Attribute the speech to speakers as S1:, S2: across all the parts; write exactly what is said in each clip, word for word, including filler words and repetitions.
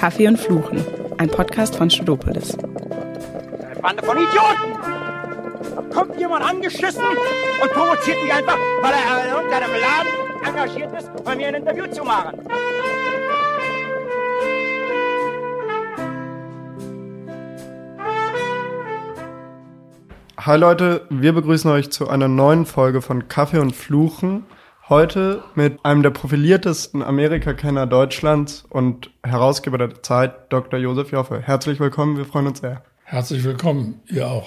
S1: Kaffee und Fluchen, ein Podcast von Studopolis.
S2: Eine Bande von Idioten! Da kommt jemand angeschissen und provoziert mich einfach, weil er in irgendeinem Laden engagiert ist, bei mir ein Interview zu machen.
S3: Hi Leute, wir begrüßen euch zu einer neuen Folge von Kaffee und Fluchen. Heute mit einem der profiliertesten Amerika-Kenner Deutschlands und Herausgeber der Zeit, Doktor Josef Joffe. Herzlich willkommen, wir freuen uns sehr.
S4: Herzlich willkommen, ihr auch.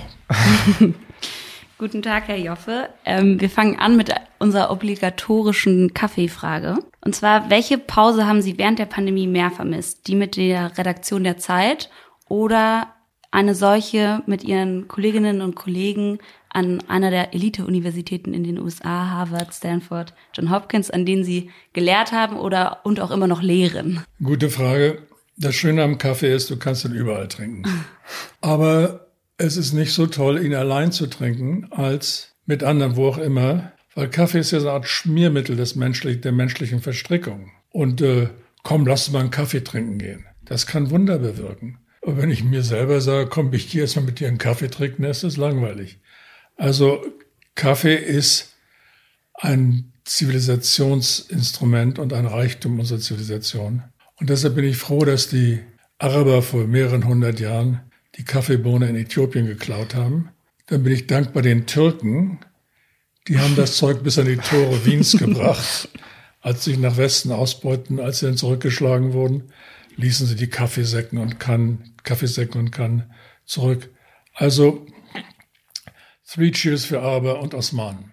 S5: Guten Tag, Herr Joffe. Ähm, wir fangen an mit unserer obligatorischen Kaffeefrage. Und zwar, welche Pause haben Sie während der Pandemie mehr vermisst? Die mit der Redaktion der Zeit oder eine solche mit Ihren Kolleginnen und Kollegen an einer der Elite-Universitäten in den U S A, Harvard, Stanford, Johns Hopkins, an denen Sie gelehrt haben oder und auch immer noch lehren?
S4: Gute Frage. Das Schöne am Kaffee ist, du kannst ihn überall trinken. Aber es ist nicht so toll, ihn allein zu trinken, als mit anderen, wo auch immer. Weil Kaffee ist ja so eine Art Schmiermittel des menschlich, der menschlichen Verstrickung. Und äh, komm, lass uns mal einen Kaffee trinken gehen. Das kann Wunder bewirken. Aber wenn ich mir selber sage, komm, ich gehe jetzt mal mit dir einen Kaffee trinken, dann ist das langweilig. Also Kaffee ist ein Zivilisationsinstrument und ein Reichtum unserer Zivilisation. Und deshalb bin ich froh, dass die Araber vor mehreren hundert Jahren die Kaffeebohne in Äthiopien geklaut haben. Dann bin ich dankbar den Türken. Die haben das Zeug bis an die Tore Wiens gebracht. Als sie sich nach Westen ausbeuten, als sie dann zurückgeschlagen wurden, ließen sie die Kaffeesäcken und Kannen, Kaffeesäcken und Kannen zurück. Also Three Cheers für Araber und Osmanen.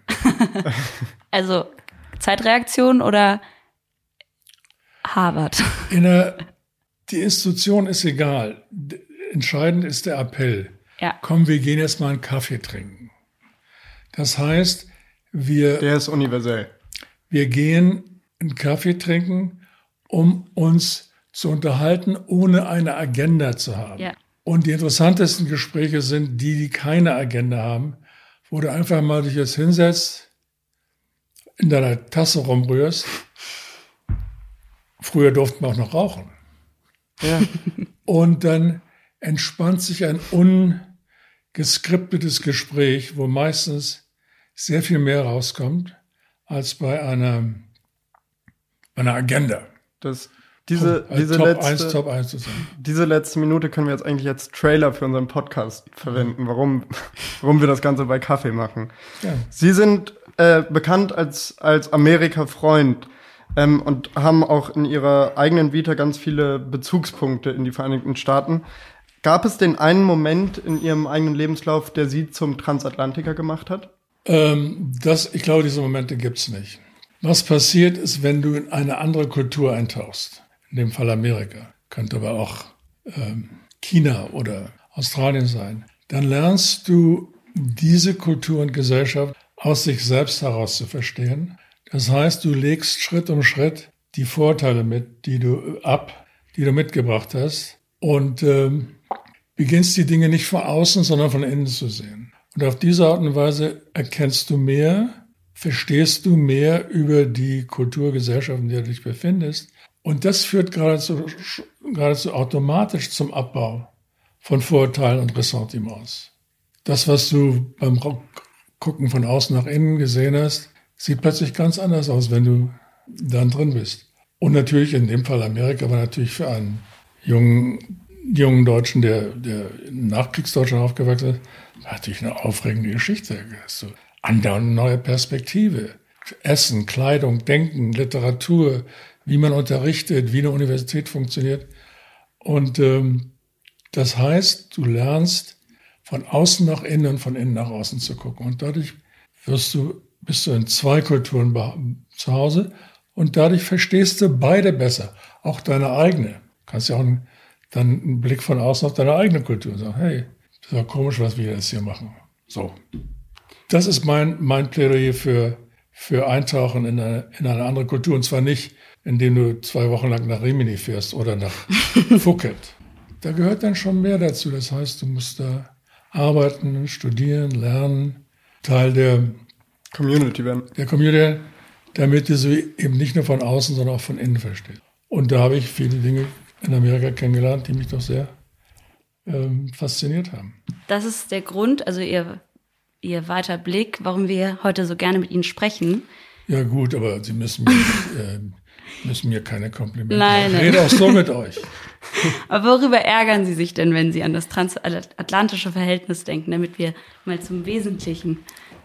S5: Also Zeitreaktion oder Harvard?
S4: In der, die Institution ist egal. Entscheidend ist der Appell.
S5: Ja.
S4: Komm, wir gehen jetzt mal einen Kaffee trinken. Das heißt, wir...
S3: Der ist universell.
S4: Wir gehen einen Kaffee trinken, um uns zu unterhalten, ohne eine Agenda zu haben.
S5: Ja.
S4: Und die interessantesten Gespräche sind die, die keine Agenda haben, wo du einfach mal dich jetzt hinsetzt, in deiner Tasse rumrührst. Früher durften wir auch noch rauchen.
S3: Ja.
S4: Und dann entspannt sich ein ungeskriptetes Gespräch, wo meistens sehr viel mehr rauskommt, als bei einer, einer Agenda.
S3: Das, diese,
S4: Top,
S3: diese,
S4: Top
S3: letzte,
S4: eins, Top eins zu sein.
S3: diese letzte Minute können wir jetzt eigentlich als Trailer für unseren Podcast verwenden, warum, warum wir das Ganze bei Kaffee machen.
S4: Ja.
S3: Sie sind äh, bekannt als, als Amerika-Freund ähm, und haben auch in ihrer eigenen Vita ganz viele Bezugspunkte in die Vereinigten Staaten. Gab es den einen Moment in Ihrem eigenen Lebenslauf, der Sie zum Transatlantiker gemacht hat?
S4: Ähm, das, ich glaube, diese Momente gibt's nicht. Was passiert ist, wenn du in eine andere Kultur eintauchst, in dem Fall Amerika, könnte aber auch ähm, China oder Australien sein, dann lernst du diese Kultur und Gesellschaft aus sich selbst heraus zu verstehen. Das heißt, du legst Schritt um Schritt die Vorteile mit, die du ab, die du mitgebracht hast und ähm, beginnst die Dinge nicht von außen, sondern von innen zu sehen. Und auf diese Art und Weise erkennst du mehr, verstehst du mehr über die Kulturgesellschaft, in der du dich befindest. Und das führt geradezu, geradezu automatisch zum Abbau von Vorurteilen und Ressentiments. Das, was du beim Gucken von außen nach innen gesehen hast, sieht plötzlich ganz anders aus, wenn du dann drin bist. Und natürlich in dem Fall Amerika, aber natürlich für einen jungen, jungen Deutschen, der, der in Nachkriegsdeutschland aufgewachsen ist, war natürlich eine aufregende Geschichte. So andauernd eine neue Perspektive. Essen, Kleidung, Denken, Literatur, wie man unterrichtet, wie eine Universität funktioniert. Und ähm, das heißt, du lernst von außen nach innen und von innen nach außen zu gucken. Und dadurch wirst du, bist du in zwei Kulturen zu Hause und dadurch verstehst du beide besser. Auch deine eigene. Du kannst ja auch einen, dann einen Blick von außen auf deine eigene Kultur sagen, hey, das ist ja komisch, was wir jetzt hier machen. So. Das ist mein, mein Plädoyer für, für Eintauchen in eine, in eine andere Kultur. Und zwar nicht, indem du zwei Wochen lang nach Rimini fährst oder nach Phuket. Da gehört dann schon mehr dazu. Das heißt, du musst da arbeiten, studieren, lernen, Teil der
S3: Community werden.
S4: Der Community, damit du sie eben nicht nur von außen, sondern auch von innen verstehst. Und da habe ich viele Dinge in Amerika kennengelernt, die mich doch sehr ähm, fasziniert haben.
S5: Das ist der Grund, also ihr, ihr weiter Blick, warum wir heute so gerne mit Ihnen sprechen.
S4: Ja gut, aber Sie müssen mir, äh, müssen mir keine Komplimente
S5: Nein,
S4: machen. Ich rede auch so mit euch.
S5: Aber worüber ärgern Sie sich denn, wenn Sie an das transatlantische Verhältnis denken, damit wir mal zum wesentlichen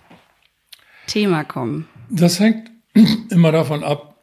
S5: Thema kommen?
S4: Das hängt immer davon ab,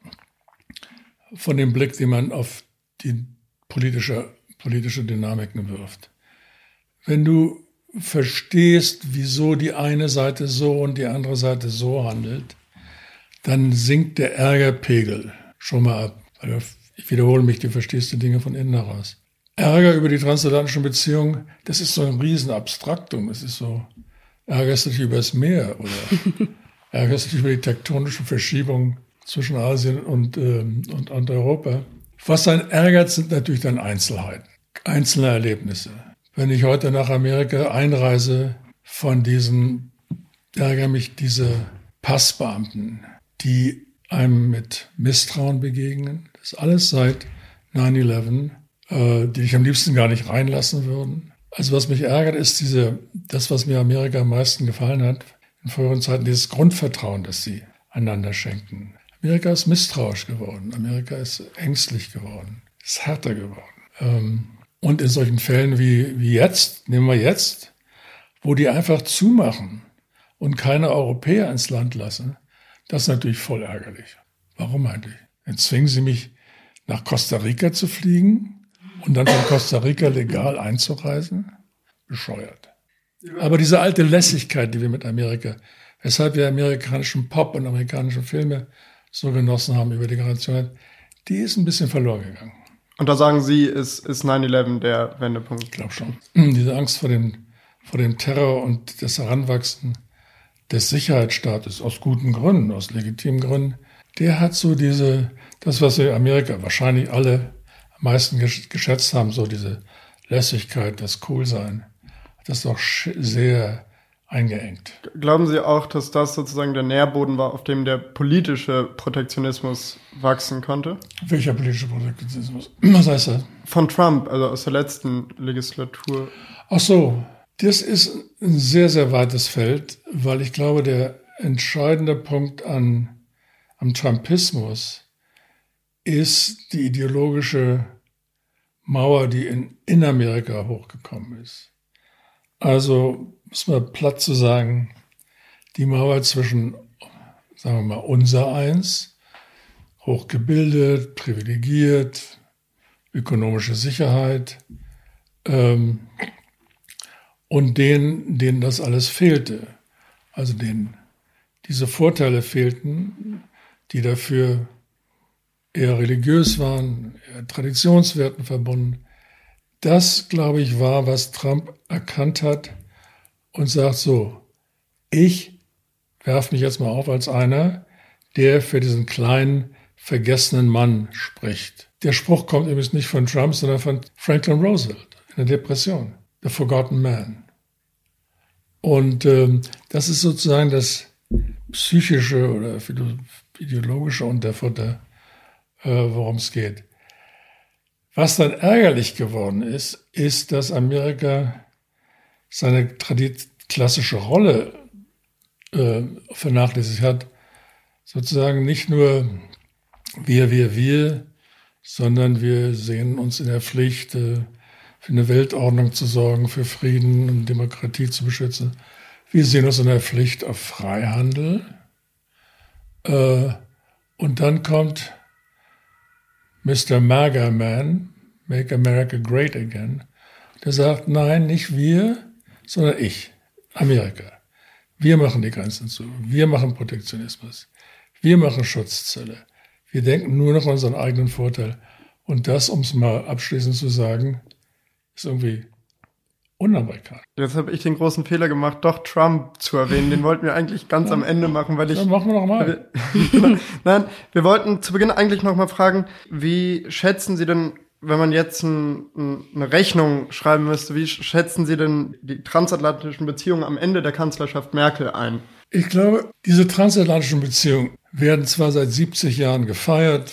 S4: von dem Blick, den man auf die politische, politische Dynamiken wirft. Wenn du verstehst, wieso die eine Seite so und die andere Seite so handelt, dann sinkt der Ärgerpegel schon mal ab. Ich wiederhole mich, du verstehst die Dinge von innen heraus. Ärger über die transatlantischen Beziehungen, das ist so ein Riesenabstraktum. Es ist so, ärgerst du dich über das Meer oder ärgerst du dich über die tektonischen Verschiebungen zwischen Asien und, ähm, und, und Europa. Was einen ärgert, sind natürlich dann Einzelheiten, einzelne Erlebnisse. Wenn ich heute nach Amerika einreise, von diesen, ärgern mich diese Passbeamten, die einem mit Misstrauen begegnen. Das ist alles seit nine eleven, äh, die ich am liebsten gar nicht reinlassen würden. Also was mich ärgert, ist diese, das, was mir Amerika am meisten gefallen hat, in früheren Zeiten, dieses Grundvertrauen, das sie einander schenken. Amerika ist misstrauisch geworden. Amerika ist ängstlich geworden, ist härter geworden. Ähm, und in solchen Fällen wie, wie jetzt, nehmen wir jetzt, wo die einfach zumachen und keine Europäer ins Land lassen, das ist natürlich voll ärgerlich. Warum eigentlich? Dann zwingen sie mich, nach Costa Rica zu fliegen und dann von Costa Rica legal einzureisen? Bescheuert. Aber diese alte Lässigkeit, die wir mit Amerika, weshalb wir amerikanischen Pop und amerikanische Filme so genossen haben über die Generation, die ist ein bisschen verloren gegangen.
S3: Und da sagen Sie, ist, ist nine eleven der Wendepunkt?
S4: Ich glaube schon. Diese Angst vor dem, vor dem Terror und das Heranwachsen des Sicherheitsstaates, aus guten Gründen, aus legitimen Gründen, der hat so diese, das, was wir in Amerika wahrscheinlich alle am meisten geschätzt haben, so diese Lässigkeit, das Coolsein, das ist doch sehr eingeengt.
S3: Glauben Sie auch, dass das sozusagen der Nährboden war, auf dem der politische Protektionismus wachsen konnte?
S4: Welcher politische Protektionismus? Was heißt das?
S3: Von Trump, also aus der letzten Legislatur.
S4: Ach so, das ist ein sehr, sehr weites Feld, weil ich glaube, der entscheidende Punkt an, am Trumpismus ist die ideologische Mauer, die in, in Amerika hochgekommen ist. Also, muss man platt zu sagen, die Mauer zwischen, sagen wir mal, unser Eins, hochgebildet, privilegiert, ökonomische Sicherheit, ähm, und denen, denen das alles fehlte. Also denen diese Vorteile fehlten, die dafür eher religiös waren, eher Traditionswerten verbunden. Das, glaube ich, war, was Trump erkannt hat und sagt so, ich werfe mich jetzt mal auf als einer, der für diesen kleinen, vergessenen Mann spricht. Der Spruch kommt übrigens nicht von Trump, sondern von Franklin Roosevelt in der Depression. The Forgotten Man. Und ähm, das ist sozusagen das psychische oder ideologische Unterfutter, äh, worum es geht. Was dann ärgerlich geworden ist, ist, dass Amerika seine tradi- klassische Rolle äh, vernachlässigt hat. Sozusagen nicht nur wir, wir, wir, sondern wir sehen uns in der Pflicht, äh, für eine Weltordnung zu sorgen, für Frieden und Demokratie zu beschützen. Wir sehen uns in der Pflicht auf Freihandel. Äh, und dann kommt Mister MAGA Man, Make America Great Again, der sagt, nein, nicht wir, sondern ich, Amerika. Wir machen die Grenzen zu. Wir machen Protektionismus. Wir machen Schutzzölle. Wir denken nur noch an unseren eigenen Vorteil. Und das, um es mal abschließend zu sagen, ist irgendwie unamerikanisch.
S3: Jetzt habe ich den großen Fehler gemacht, doch Trump zu erwähnen. Den wollten wir eigentlich ganz ja. am Ende machen, weil ich...
S4: Dann machen wir noch mal.
S3: Nein, wir wollten zu Beginn eigentlich noch mal fragen, wie schätzen Sie denn, wenn man jetzt ein, ein, eine Rechnung schreiben müsste, wie schätzen Sie denn die transatlantischen Beziehungen am Ende der Kanzlerschaft Merkel ein?
S4: Ich glaube, diese transatlantischen Beziehungen werden zwar seit siebzig Jahren gefeiert,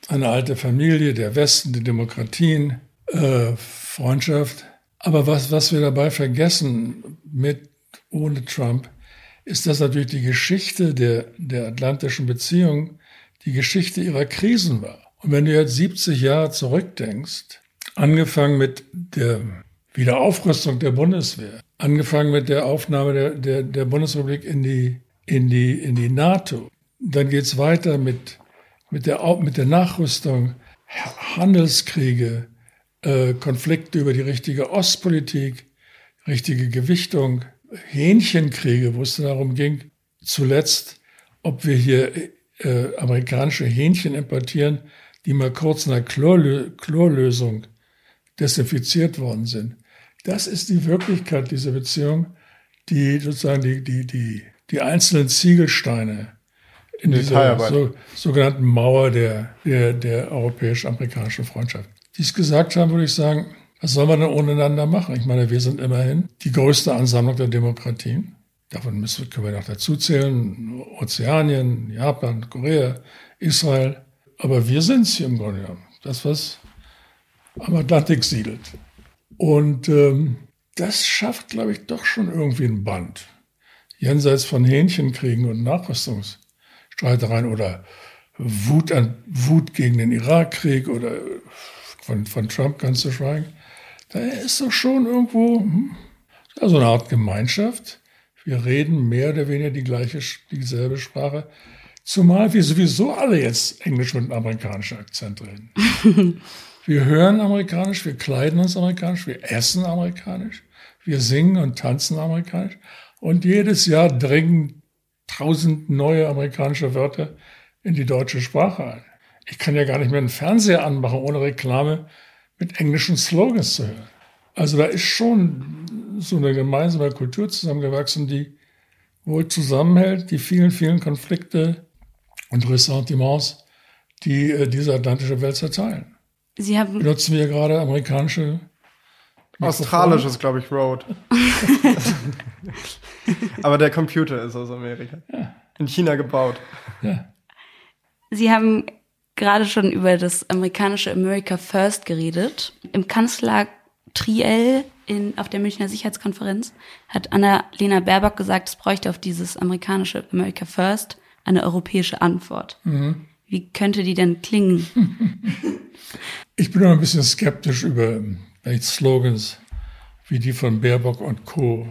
S4: eine alte Familie, der Westen, die Demokratien, äh, Freundschaft. Aber was, was wir dabei vergessen mit ohne Trump, ist, dass natürlich die Geschichte der, der atlantischen Beziehung die Geschichte ihrer Krisen war. Und wenn du jetzt siebzig Jahre zurückdenkst, angefangen mit der Wiederaufrüstung der Bundeswehr, angefangen mit der Aufnahme der, der, der Bundesrepublik in die, in die, in die NATO, dann geht's weiter mit, mit der, mit der Nachrüstung, Handelskriege, äh, Konflikte über die richtige Ostpolitik, richtige Gewichtung, Hähnchenkriege, wo es darum ging, zuletzt, ob wir hier äh, amerikanische Hähnchen importieren, die mal kurz nach Chlorlö- Chlorlösung desinfiziert worden sind. Das ist die Wirklichkeit dieser Beziehung, die sozusagen die, die, die, die einzelnen Ziegelsteine in dieser so, sogenannten Mauer der, der, der europäisch-amerikanischen Freundschaft. Die es gesagt haben, würde ich sagen, was soll man denn ohneinander machen? Ich meine, wir sind immerhin die größte Ansammlung der Demokratien. Davon müssen, können wir noch dazu zählen. Ozeanien, Japan, Korea, Israel. Aber wir sind es hier im Grunde genommen. Das, was am Atlantik siedelt. Und ähm, das schafft, glaube ich, doch schon irgendwie ein Band. Jenseits von Hähnchenkriegen und Nachrüstungsstreitereien oder Wut, an, Wut gegen den Irakkrieg oder von, von Trump ganz zu schweigen. Da ist doch schon irgendwo hm, so eine Art Gemeinschaft. Wir reden mehr oder weniger die gleiche, dieselbe Sprache. Zumal wir sowieso alle jetzt Englisch mit einem amerikanischen Akzent reden. Wir hören amerikanisch, wir kleiden uns amerikanisch, wir essen amerikanisch, wir singen und tanzen amerikanisch. Und jedes Jahr dringen tausend neue amerikanische Wörter in die deutsche Sprache ein. Ich kann ja gar nicht mehr einen Fernseher anmachen, ohne Reklame mit englischen Slogans zu hören. Also da ist schon so eine gemeinsame Kultur zusammengewachsen, die wohl zusammenhält, die vielen, vielen Konflikte und Ressentiments, die äh, diese atlantische Welt zerteilen.
S5: Sie haben
S4: Benutzen wir gerade amerikanische Mikrofone?
S3: Australisches, glaube ich, Rode. Aber der Computer ist aus Amerika.
S4: Ja.
S3: In China gebaut.
S4: Ja.
S5: Sie haben gerade schon über das amerikanische America First geredet. Im Kanzler Triell in, auf der Münchner Sicherheitskonferenz hat Annalena Baerbock gesagt, es bräuchte auf dieses amerikanische America First eine europäische Antwort. Mhm. Wie könnte die denn klingen?
S4: Ich bin noch ein bisschen skeptisch über Slogans wie die von Baerbock und Co.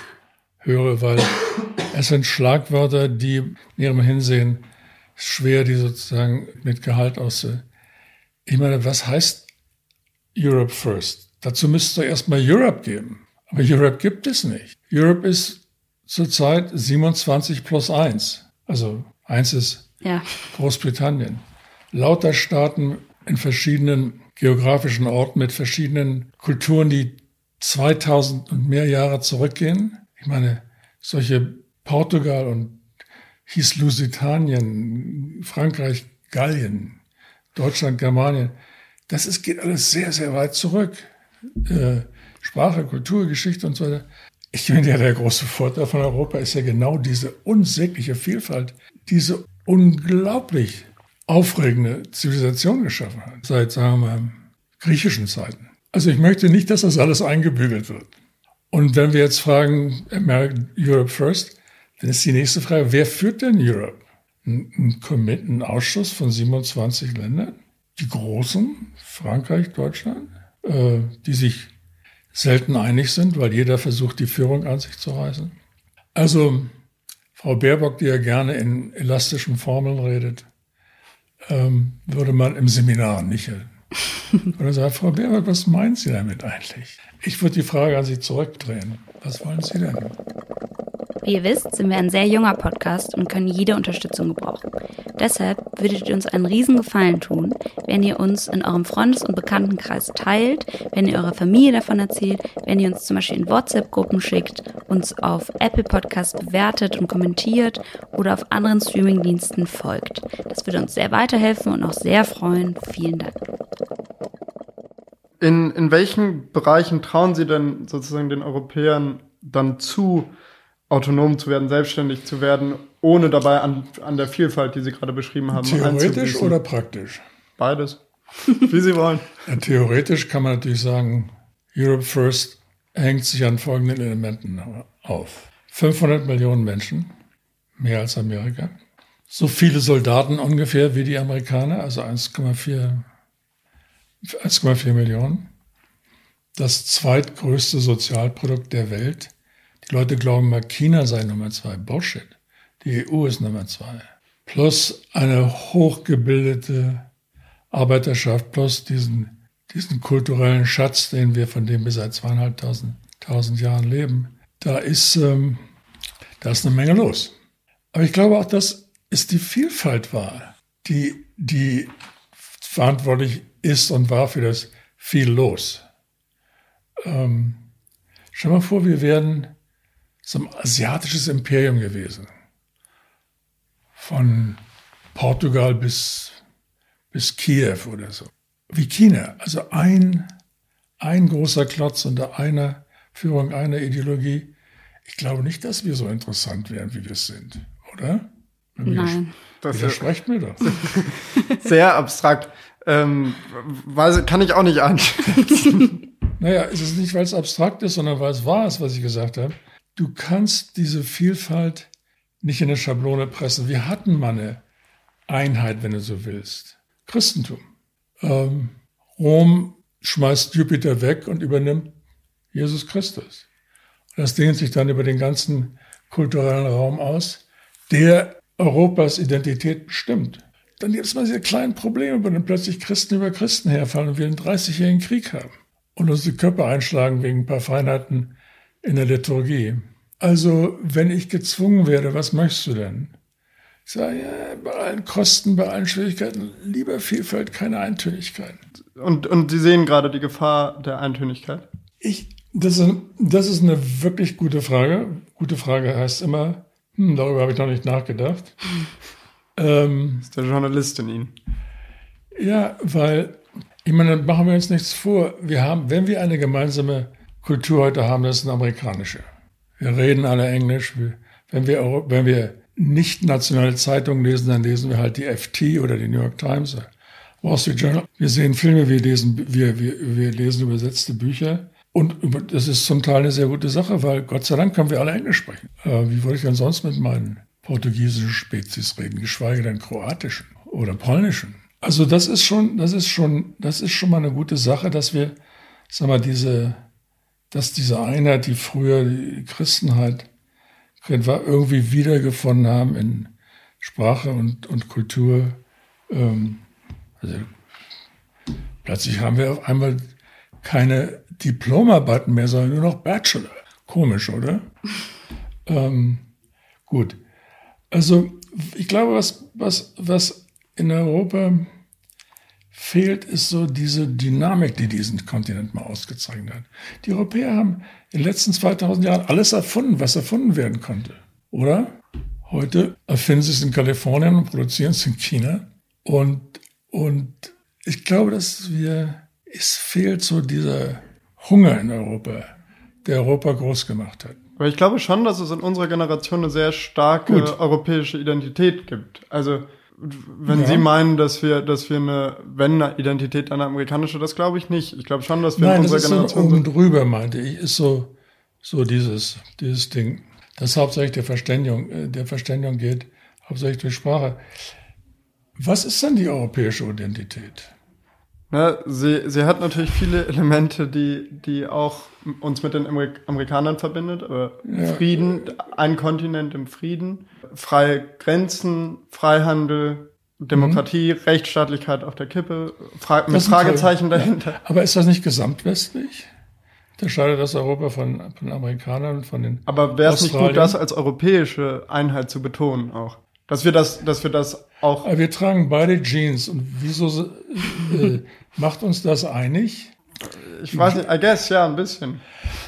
S4: höre, weil es sind Schlagwörter, die in ihrem Hinsehen schwer, die sozusagen mit Gehalt aussehen. Ich meine, was heißt Europe First? Dazu müsste es doch erstmal Europe geben. Aber Europe gibt es nicht. Europe ist zurzeit siebenundzwanzig plus eins. Also eins ist
S5: ja.
S4: Großbritannien. Lauter Staaten in verschiedenen geografischen Orten mit verschiedenen Kulturen, die zweitausend und mehr Jahre zurückgehen. Ich meine, solche Portugal und hieß Lusitanien, Frankreich, Gallien, Deutschland, Germanien. Das ist, geht alles sehr, sehr weit zurück. Äh, Sprache, Kultur, Geschichte und so weiter. Ich finde ja, der große Vorteil von Europa ist ja genau diese unsägliche Vielfalt, diese unglaublich aufregende Zivilisation geschaffen hat, seit, sagen wir mal, griechischen Zeiten. Also ich möchte nicht, dass das alles eingebügelt wird. Und wenn wir jetzt fragen, Europe First, dann ist die nächste Frage, wer führt denn Europe? Ein, ein, Commit, ein Ausschuss von siebenundzwanzig Ländern, die großen, Frankreich, Deutschland, äh, die sich selten einig sind, weil jeder versucht, die Führung an sich zu reißen. Also Frau Baerbock, die ja gerne in elastischen Formeln redet, ähm, würde man im Seminar nicht. Würde sagen, Frau Baerbock, was meint Sie damit eigentlich? Ich würde die Frage an Sie zurückdrehen. Was wollen Sie denn?
S5: Wie ihr wisst, sind wir ein sehr junger Podcast und können jede Unterstützung gebrauchen. Deshalb würdet ihr uns einen riesen Gefallen tun, wenn ihr uns in eurem Freundes- und Bekanntenkreis teilt, wenn ihr eurer Familie davon erzählt, wenn ihr uns zum Beispiel in WhatsApp-Gruppen schickt, uns auf Apple Podcast bewertet und kommentiert oder auf anderen Streamingdiensten folgt. Das würde uns sehr weiterhelfen und auch sehr freuen. Vielen Dank.
S3: In, in welchen Bereichen trauen Sie denn sozusagen den Europäern dann zu, autonom zu werden, selbstständig zu werden, ohne dabei an, an der Vielfalt, die Sie gerade beschrieben haben,
S4: theoretisch oder praktisch?
S3: Beides. Wie Sie wollen.
S4: Ja, theoretisch kann man natürlich sagen, Europe First hängt sich an folgenden Elementen auf. fünfhundert Millionen Menschen, mehr als Amerika. So viele Soldaten ungefähr wie die Amerikaner, also eins Komma vier Millionen. Das zweitgrößte Sozialprodukt der Welt. Die Leute glauben mal, China sei Nummer zwei. Bullshit. Die E U ist Nummer zwei. Plus eine hochgebildete Arbeiterschaft, plus diesen, diesen kulturellen Schatz, den wir, von dem wir seit zweieinhalbtausend tausend Jahren leben. Da ist, ähm, da ist eine Menge los. Aber ich glaube auch, dass es die Vielfalt war, die, die verantwortlich ist und war für das viel los. Ähm, stell mal vor, wir wären so ein asiatisches Imperium gewesen. Von Portugal bis, bis Kiew oder so. Wie China. Also ein, ein großer Klotz unter einer Führung, einer Ideologie. Ich glaube nicht, dass wir so interessant wären, wie wir es sind, oder?
S5: Nein.
S3: Das
S4: widersprecht mir doch.
S3: Sehr abstrakt. Ähm, weiß, kann ich auch nicht einschätzen.
S4: Naja, es ist nicht, weil es abstrakt ist, sondern weil es wahr ist, was ich gesagt habe. Du kannst diese Vielfalt nicht in eine Schablone pressen. Wir hatten mal eine Einheit, wenn du so willst. Christentum. Ähm, Rom schmeißt Jupiter weg und übernimmt Jesus Christus. Und das dehnt sich dann über den ganzen kulturellen Raum aus, der Europas Identität bestimmt. Dann gibt es mal diese kleinen Probleme, wo dann plötzlich Christen über Christen herfallen und wir einen dreißigjährigen Krieg haben und uns die Köpfe einschlagen wegen ein paar Feinheiten in der Liturgie. Also, wenn ich gezwungen werde, was möchtest du denn? Ich sage, ja, bei allen Kosten, bei allen Schwierigkeiten, lieber Vielfalt, keine Eintönigkeit.
S3: Und, und Sie sehen gerade die Gefahr der Eintönigkeit?
S4: Ich, das ist, das ist eine wirklich gute Frage. Gute Frage heißt immer, hm, darüber habe ich noch nicht nachgedacht. ähm,
S3: das ist der Journalist in Ihnen.
S4: Ja, weil, ich meine, machen wir uns nichts vor. Wir haben, wenn wir eine gemeinsame Kultur heute haben, das ist eine amerikanische. Wir reden alle Englisch. Wenn wir, wenn wir nicht nationale Zeitungen lesen, dann lesen wir halt die F T oder die New York Times, Wall Street Journal. Wir sehen Filme, wir lesen, wir, wir, wir lesen übersetzte Bücher. Und das ist zum Teil eine sehr gute Sache, weil Gott sei Dank können wir alle Englisch sprechen. Äh, wie wollte ich denn sonst mit meinen portugiesischen Spezies reden, geschweige denn kroatischen oder polnischen? Also das ist schon, das ist schon, das ist schon mal eine gute Sache, dass wir, sag mal, diese, dass diese Einheit, die früher die Christenheit war, irgendwie wiedergefunden haben in Sprache und, und Kultur. Ähm, also plötzlich haben wir auf einmal keine Diplomarbeiten mehr, sondern nur noch Bachelor. Komisch, oder? ähm, gut. Also ich glaube, was, was, was in Europa fehlt, ist so diese Dynamik, die diesen Kontinent mal ausgezeichnet hat. Die Europäer haben in den letzten zweitausend Jahren alles erfunden, was erfunden werden konnte, oder? Heute erfinden sie es in Kalifornien und produzieren es in China. Und, und ich glaube, dass wir, es fehlt so dieser Hunger in Europa, der Europa groß gemacht hat.
S3: Aber ich glaube schon, dass es in unserer Generation eine sehr starke Gut. europäische Identität gibt. Also wenn ja. Sie meinen, dass wir, dass wir eine, wenn eine Identität eine amerikanische, das glaube ich nicht. Ich glaube schon, dass wir
S4: Nein,
S3: in unserer
S4: das
S3: Generation
S4: ist so oben drüber, meinte ich, ist so, so dieses, dieses Ding, das hauptsächlich der Verständigung, der Verständigung geht, hauptsächlich durch Sprache. Was ist denn die europäische Identität?
S3: Na, sie, sie hat natürlich viele Elemente, die, die auch uns mit den Amerik- Amerikanern verbindet. Aber ja. Frieden, ein Kontinent im Frieden, freie Grenzen, Freihandel, Demokratie, mhm. Rechtsstaatlichkeit auf der Kippe, Fra- mit Fragezeichen toll. dahinter.
S4: Ja. Aber ist das nicht gesamtwestlich? Unterscheidet das Europa von, von Amerikanern und von den
S3: Aber wäre es nicht gut, das als europäische Einheit zu betonen auch? Dass wir das, dass wir das auch.
S4: Aber wir tragen beide Jeans und wieso äh, macht uns das einig?
S3: Ich weiß nicht, I guess, ja, ein bisschen.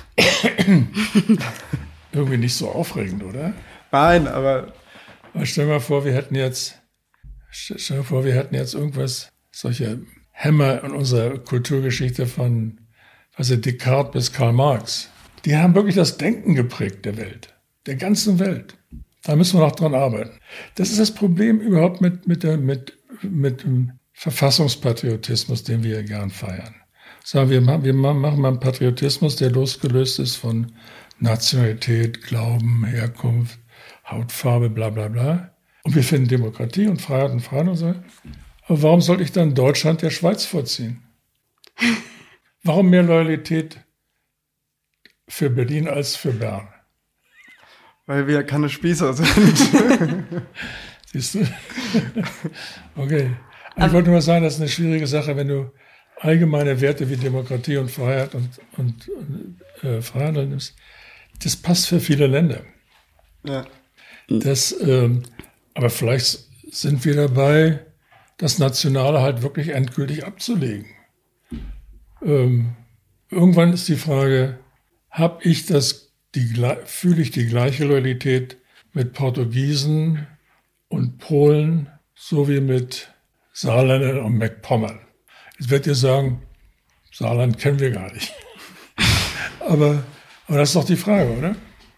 S4: Irgendwie nicht so aufregend, oder?
S3: Nein, aber.
S4: aber stell dir mal vor, wir hätten jetzt, stell dir vor, wir hätten jetzt irgendwas, solche Hämmer in unserer Kulturgeschichte von, was ist, Descartes bis Karl Marx. Die haben wirklich das Denken geprägt der Welt, der ganzen Welt. Da müssen wir noch dran arbeiten. Das ist das Problem überhaupt mit, mit, der, mit, mit dem Verfassungspatriotismus, den wir gern feiern. Sagen wir, wir machen mal einen Patriotismus, der losgelöst ist von Nationalität, Glauben, Herkunft, Hautfarbe, bla bla bla. Und wir finden Demokratie und Freiheit und Freiheit und so. Aber warum sollte ich dann Deutschland der Schweiz vorziehen? Warum mehr Loyalität für Berlin als für Bern?
S3: Weil wir keine Spießer sind.
S4: Siehst du? Okay. Aber ich wollte nur sagen, das ist eine schwierige Sache, wenn du allgemeine Werte wie Demokratie und Freiheit und, und, und äh, Freiheit nimmst. Das passt für viele Länder.
S3: Ja.
S4: Das, ähm, aber vielleicht sind wir dabei, das Nationale halt wirklich endgültig abzulegen. Ähm, irgendwann ist die Frage, habe ich das, die, fühle ich die gleiche Loyalität mit Portugiesen und Polen, so wie mit Saarländern und MacPommern? Jetzt werdet ihr sagen, Saarland kennen wir gar nicht. aber, aber das ist doch die Frage, oder?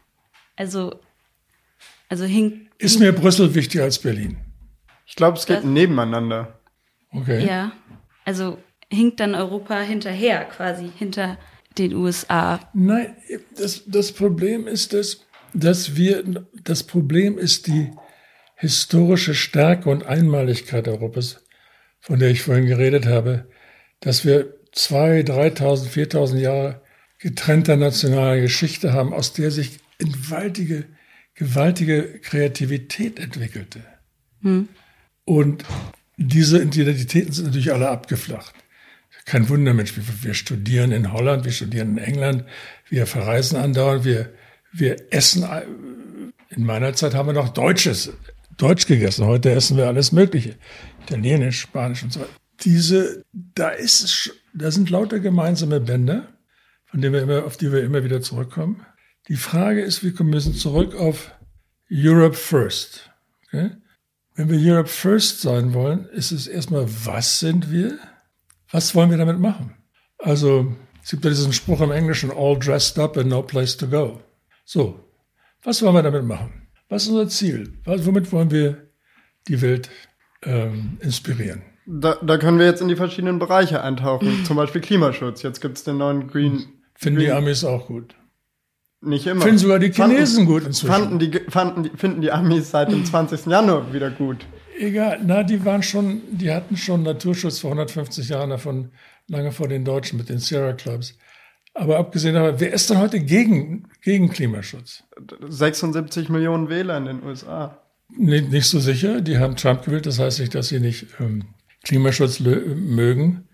S5: Also, also hing...
S4: Ist mir Brüssel wichtiger als Berlin?
S3: Ich glaube, es geht
S5: Das-
S3: nebeneinander.
S4: Okay.
S5: Ja, also hinkt dann Europa hinterher quasi, hinter den U S A.
S4: Nein, das, das Problem ist, dass, dass wir, das Problem ist die historische Stärke und Einmaligkeit Europas, von der ich vorhin geredet habe, dass wir zwei, dreitausend, viertausend Jahre getrennter nationaler Geschichte haben, aus der sich gewaltige, gewaltige Kreativität entwickelte.
S5: Hm.
S4: Und diese Identitäten sind natürlich alle abgeflacht. Kein Wunder, Mensch, wir, wir studieren in Holland, wir studieren in England, wir verreisen andauernd, wir, wir essen. In meiner Zeit haben wir noch Deutsches, Deutsch gegessen. Heute essen wir alles Mögliche. Italienisch, Spanisch und so weiter. Diese, da ist es, da sind lauter gemeinsame Bänder, von denen wir immer, auf die wir immer wieder zurückkommen. Die Frage ist, wir müssen zurück auf Europe First. Okay? Wenn wir Europe First sein wollen, ist es erstmal, was sind wir? Was wollen wir damit machen? Also, es gibt ja diesen Spruch im Englischen, all dressed up and no place to go. So, was wollen wir damit machen? Was ist unser Ziel? Was, womit wollen wir die Welt ähm, inspirieren?
S3: Da, da können wir jetzt in die verschiedenen Bereiche eintauchen. Zum Beispiel Klimaschutz. Jetzt gibt's den neuen Green...
S4: Finden die
S3: Green,
S4: Amis auch gut.
S3: Nicht immer.
S4: Finden sogar die Chinesen
S3: fanden,
S4: gut inzwischen.
S3: Fanden die, fanden die, finden die Amis seit dem zwanzigsten Januar wieder gut.
S4: Egal, na, die waren schon, die hatten schon Naturschutz vor hundertfünfzig Jahren davon, lange vor den Deutschen mit den Sierra Clubs. Aber abgesehen davon, wer ist denn heute gegen, gegen Klimaschutz?
S3: sechsundsiebzig Millionen Wähler in den U S A.
S4: Nee, nicht so sicher, die haben Trump gewählt, das heißt nicht, dass sie nicht ähm, Klimaschutz lö- mögen.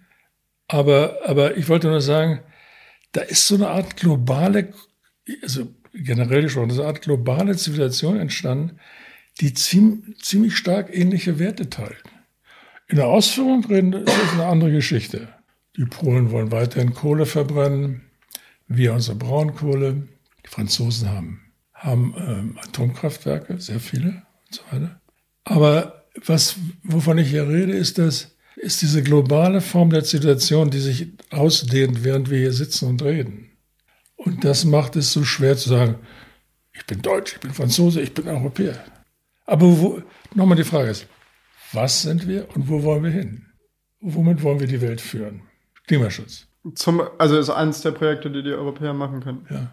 S4: Aber, aber ich wollte nur sagen, da ist so eine Art globale, also generell gesprochen, so eine Art globale Zivilisation entstanden, die ziem, ziemlich stark ähnliche Werte teilt. In der Ausführung reden, ist das eine andere Geschichte. Die Polen wollen weiterhin Kohle verbrennen, wir unsere Braunkohle. Die Franzosen haben, haben ähm, Atomkraftwerke, sehr viele und so weiter. Aber was, wovon ich hier rede, ist, das, ist diese globale Form der Zivilisation, die sich ausdehnt, während wir hier sitzen und reden. Und das macht es so schwer zu sagen, ich bin Deutsch, ich bin Franzose, ich bin Europäer. Aber wo, nochmal die Frage ist, was sind wir und wo wollen wir hin? Womit wollen wir die Welt führen? Klimaschutz.
S3: Zum, also ist eines der Projekte, die die Europäer machen können.
S4: Ja.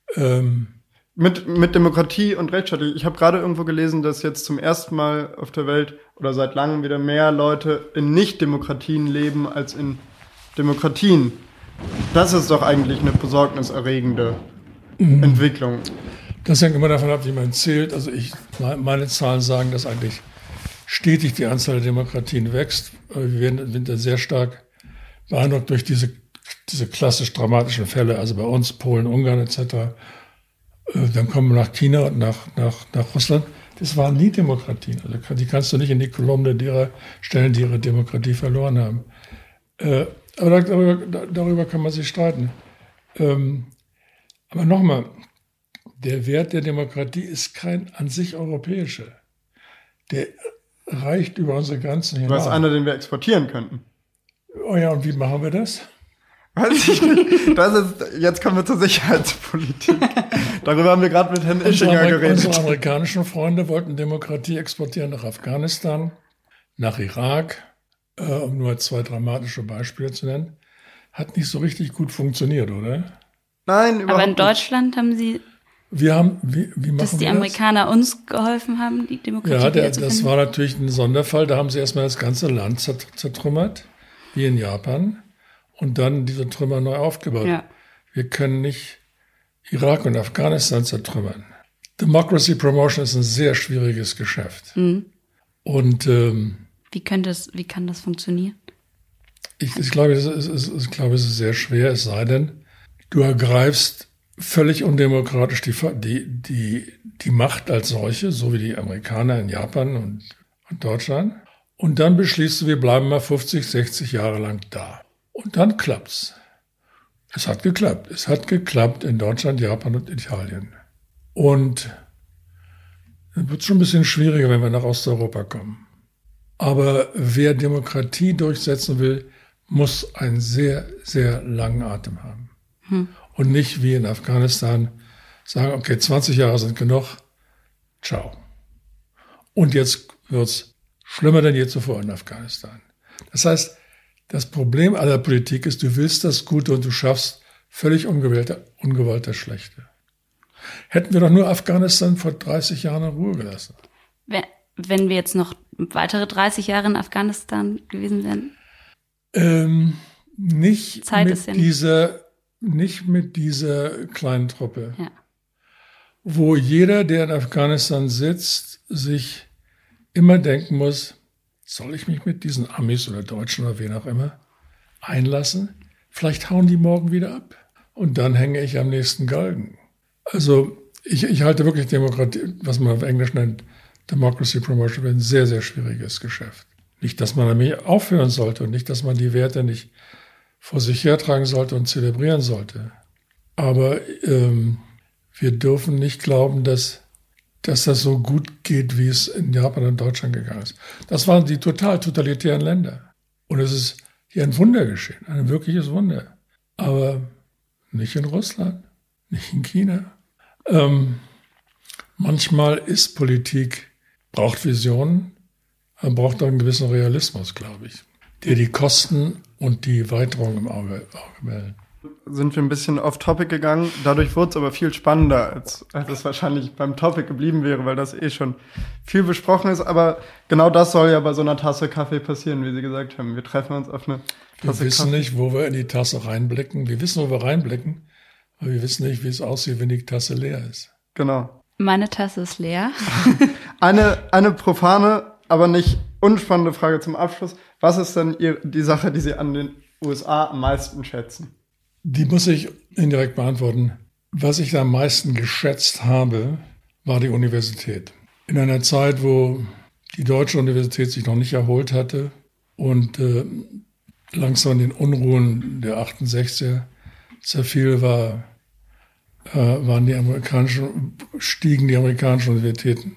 S4: Ähm,
S3: Mit, mit Demokratie und Rechtsstaatlichkeit. Ich habe gerade irgendwo gelesen, dass jetzt zum ersten Mal auf der Welt oder seit langem wieder mehr Leute in Nicht-Demokratien leben als in Demokratien. Das ist doch eigentlich eine besorgniserregende mhm. Entwicklung.
S4: Das hängt immer davon ab, wie man zählt. Also ich, meine Zahlen sagen, dass eigentlich stetig die Anzahl der Demokratien wächst. Wir werden, sind da sehr stark beeindruckt durch diese, diese klassisch dramatischen Fälle, also bei uns, Polen, Ungarn et cetera. Dann kommen wir nach China und nach, nach, nach Russland. Das waren nie Demokratien. Also die kannst du nicht in die Kolumne derer stellen, die ihre Demokratie verloren haben. Aber darüber, darüber kann man sich streiten. Aber nochmal, der Wert der Demokratie ist kein an sich europäischer. Der reicht über unsere Grenzen hinaus.
S3: Was einer, den wir exportieren könnten.
S4: Oh ja, und wie machen wir das?
S3: Weiß ich nicht. Das ist, jetzt kommen wir zur Sicherheitspolitik. Darüber haben wir gerade mit Herrn Ischinger
S4: unsere,
S3: geredet.
S4: Unsere amerikanischen Freunde wollten Demokratie exportieren nach Afghanistan, nach Irak, äh, um nur zwei dramatische Beispiele zu nennen, hat nicht so richtig gut funktioniert, oder?
S3: Nein, überhaupt
S5: Aber in
S3: nicht.
S5: Deutschland haben Sie,
S4: Wir haben, wie, wie machen
S5: dass die
S4: wir
S5: Amerikaner das? uns geholfen haben, die Demokratie
S4: Ja, der,
S5: wiederzufinden?
S4: das war natürlich ein Sonderfall. Da haben sie erstmal das ganze Land zertrümmert, wie in Japan, und dann diese Trümmer neu aufgebaut.
S5: Ja.
S4: Wir können nicht Irak und Afghanistan zertrümmern. Democracy Promotion ist ein sehr schwieriges Geschäft.
S5: Mhm.
S4: Und ähm,
S5: Wie könnte es, wie kann das funktionieren?
S4: ich, ich, glaube, es ist, es ist, ich glaube, es ist sehr schwer, es sei denn, du ergreifst völlig undemokratisch die, die, die, die Macht als solche, so wie die Amerikaner in Japan und, und Deutschland. Und dann beschließt du, wir bleiben mal fünfzig, sechzig Jahre lang da. Und dann klappt's. Es hat geklappt. Es hat geklappt in Deutschland, Japan und Italien. Und dann wird es schon ein bisschen schwieriger, wenn wir nach Osteuropa kommen. Aber wer Demokratie durchsetzen will, muss einen sehr, sehr langen Atem haben. Hm. Und nicht wie in Afghanistan sagen, okay, zwanzig Jahre sind genug, ciao. Und jetzt wird's schlimmer denn je zuvor in Afghanistan. Das heißt, das Problem aller Politik ist, du willst das Gute und du schaffst völlig ungewollt, ungewollt das Schlechte. Hätten wir doch nur Afghanistan vor dreißig Jahren in Ruhe gelassen.
S5: Wenn, wenn wir jetzt noch weitere dreißig Jahre in Afghanistan gewesen wären?
S4: Ähm, nicht
S5: Zeit
S4: mit
S5: ist ja nicht.
S4: dieser, nicht mit dieser kleinen Truppe.
S5: Ja.
S4: Wo jeder, der in Afghanistan sitzt, sich immer denken muss, soll ich mich mit diesen Amis oder Deutschen oder wen auch immer einlassen? Vielleicht hauen die morgen wieder ab. Und dann hänge ich am nächsten Galgen. Also ich, ich halte wirklich Demokratie, was man auf Englisch nennt, Democracy Promotion, für ein sehr, sehr schwieriges Geschäft. Nicht, dass man damit aufhören sollte und nicht, dass man die Werte nicht vor sich hertragen sollte und zelebrieren sollte. Aber ähm, wir dürfen nicht glauben, dass dass das so gut geht, wie es in Japan und Deutschland gegangen ist. Das waren die total totalitären Länder. Und es ist hier ein Wunder geschehen, ein wirkliches Wunder. Aber nicht in Russland, nicht in China. Ähm, manchmal ist Politik, braucht Visionen, man braucht auch einen gewissen Realismus, glaube ich, der die Kosten und die Weiterung im Auge, Auge behält.
S3: Sind wir ein bisschen off-topic gegangen. Dadurch wurde es aber viel spannender, als, als es wahrscheinlich beim Topic geblieben wäre, weil das eh schon viel besprochen ist. Aber genau das soll ja bei so einer Tasse Kaffee passieren, wie Sie gesagt haben. Wir treffen uns auf eine Tasse
S4: Wir wissen
S3: Kaffee.
S4: nicht, wo wir in die Tasse reinblicken. Wir wissen, wo wir reinblicken, aber wir wissen nicht, wie es aussieht, wenn die Tasse leer ist.
S3: Genau.
S5: Meine Tasse ist leer.
S3: Eine, eine profane, aber nicht unspannende Frage zum Abschluss. Was ist denn Ihr, die Sache, die Sie an den U S A am meisten schätzen?
S4: Die muss ich indirekt beantworten. Was ich am meisten geschätzt habe, war die Universität. In einer Zeit, wo die deutsche Universität sich noch nicht erholt hatte und äh, langsam den Unruhen der achtundsechziger zerfiel, war, äh, waren die amerikanischen, stiegen die amerikanischen Universitäten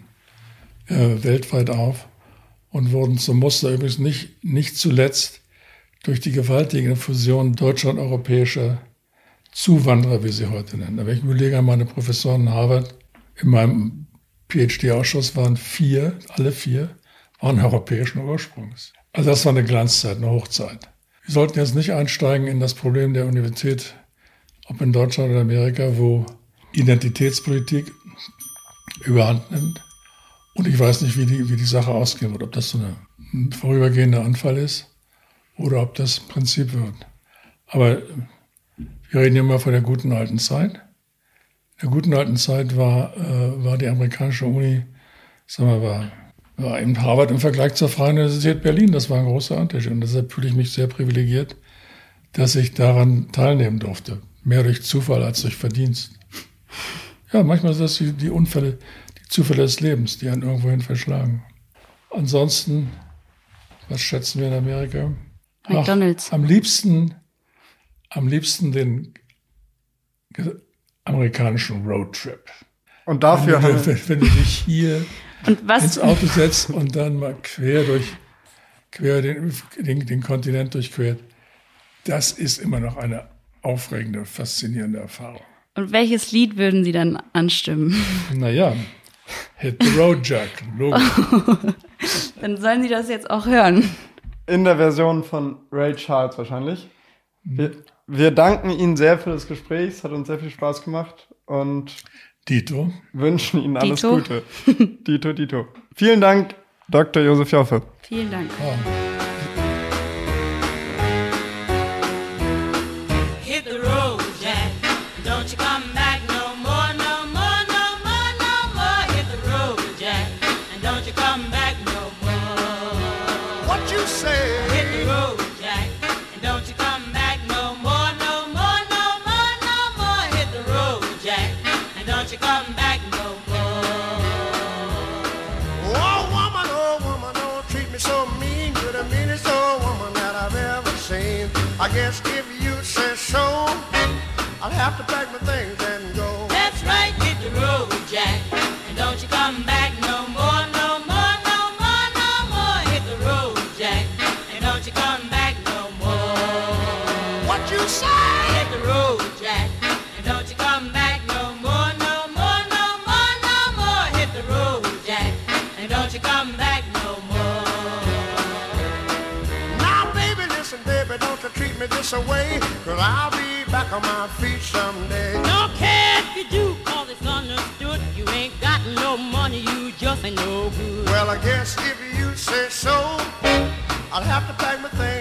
S4: äh, weltweit auf und wurden zum Muster, übrigens nicht, nicht zuletzt durch die gewaltige Fusion deutscher und europäischer Zuwanderer, wie sie heute nennen. Wenn ich überlege an meine Professoren in Harvard, in meinem PhD-Ausschuss waren vier, alle vier, waren europäischen Ursprungs. Also das war eine Glanzzeit, eine Hochzeit. Wir sollten jetzt nicht einsteigen in das Problem der Universität, ob in Deutschland oder Amerika, wo Identitätspolitik überhand nimmt. Und ich weiß nicht, wie die, wie die Sache ausgehen wird, ob das so eine, ein vorübergehender Anfall ist oder ob das Prinzip wird. Aber wir reden ja immer von der guten alten Zeit. In der guten alten Zeit war, äh, war die amerikanische Uni, sagen wir, war, war eben Harvard im Vergleich zur Freien Universität Berlin. Das war ein großer Unterschied. Und deshalb fühle ich mich sehr privilegiert, dass ich daran teilnehmen durfte. Mehr durch Zufall als durch Verdienst. Ja, manchmal sind das die, die Unfälle, die Zufälle des Lebens, die einen irgendwohin verschlagen. Ansonsten, was schätzen wir in Amerika?
S5: McDonald's.
S4: Ach, am liebsten, am liebsten den amerikanischen Roadtrip.
S3: Und dafür
S4: wenn,
S3: haben
S4: wenn, wenn du dich hier
S5: Und was,
S4: ins Auto setzt und dann mal quer durch, quer den, den, den Kontinent durchquert, das ist immer noch eine aufregende, faszinierende Erfahrung.
S5: und welches Lied würden Sie dann anstimmen?
S4: Naja, Hit the Road, Jack. Logisch.
S5: Dann sollen Sie das jetzt auch hören.
S3: In der Version von Ray Charles wahrscheinlich. Wir, wir danken Ihnen sehr für das Gespräch. Es hat uns sehr viel Spaß gemacht und
S4: Dito.
S3: Wünschen Ihnen alles
S5: Dito.
S3: Gute. Dito, Dito. Vielen Dank, Doktor Josef Joffe.
S5: Vielen Dank.
S4: Ja.
S6: Hit the road, Jack. Don't you come back no more, no more, no more, no more. Hit the road, Jack. And don't you come back no more.
S2: What you say?
S6: Hit the road, Jack. And don't you come back no more, no more, no more, no more. Hit the road, Jack. And don't you come back no more.
S2: Oh, woman, oh, woman, don't treat me so mean. You're the meanest old woman that I've ever seen. I guess if you say so, I'll have to pack my things and go.
S6: That's right, hit the road, Jack. And don't you come back no more, no more, no more, no more. Hit the road, Jack. And don't you come back no more.
S2: What you say?
S6: Hit the road, Jack. And don't you come back no more, no more, no more, no more. Hit the road, Jack. And don't you come back no more.
S2: Now, baby, listen, baby, don't you treat me this away, 'cause I'll be back on my feet someday.
S6: Don't care if you do, 'cause it's understood. You ain't got no money, you just ain't no good.
S2: Well, I guess if you say so, I'll have to pack my things